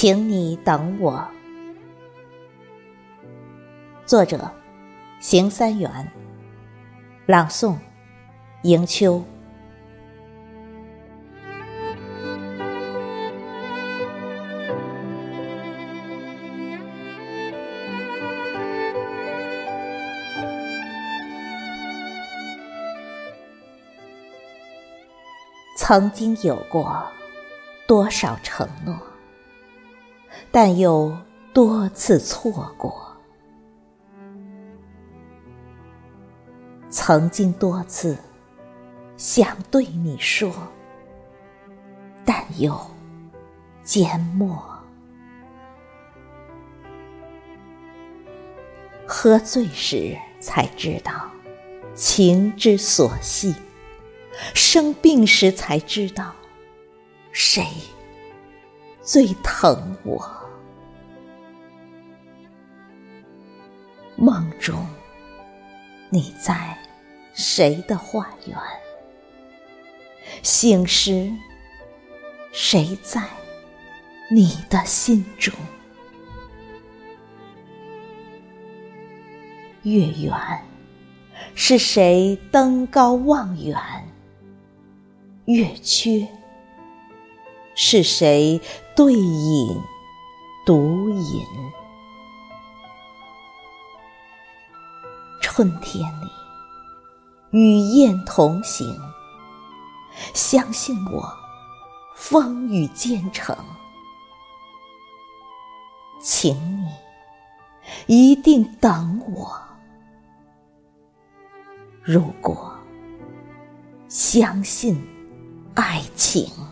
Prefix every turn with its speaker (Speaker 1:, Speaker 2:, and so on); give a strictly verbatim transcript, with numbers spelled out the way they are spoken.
Speaker 1: 请你等我。作者：邢三元，朗诵：迎秋。曾经有过多少承诺，但又多次错过。曾经多次想对你说，但又缄默。喝醉时才知道情之所系，生病时才知道谁最疼我。梦中你在谁的花园，醒时谁在你的心中。月圆是谁登高望远，月缺是谁对饮独饮。春天里与雁同行，相信我风雨兼程，请你一定等我。如果相信爱情。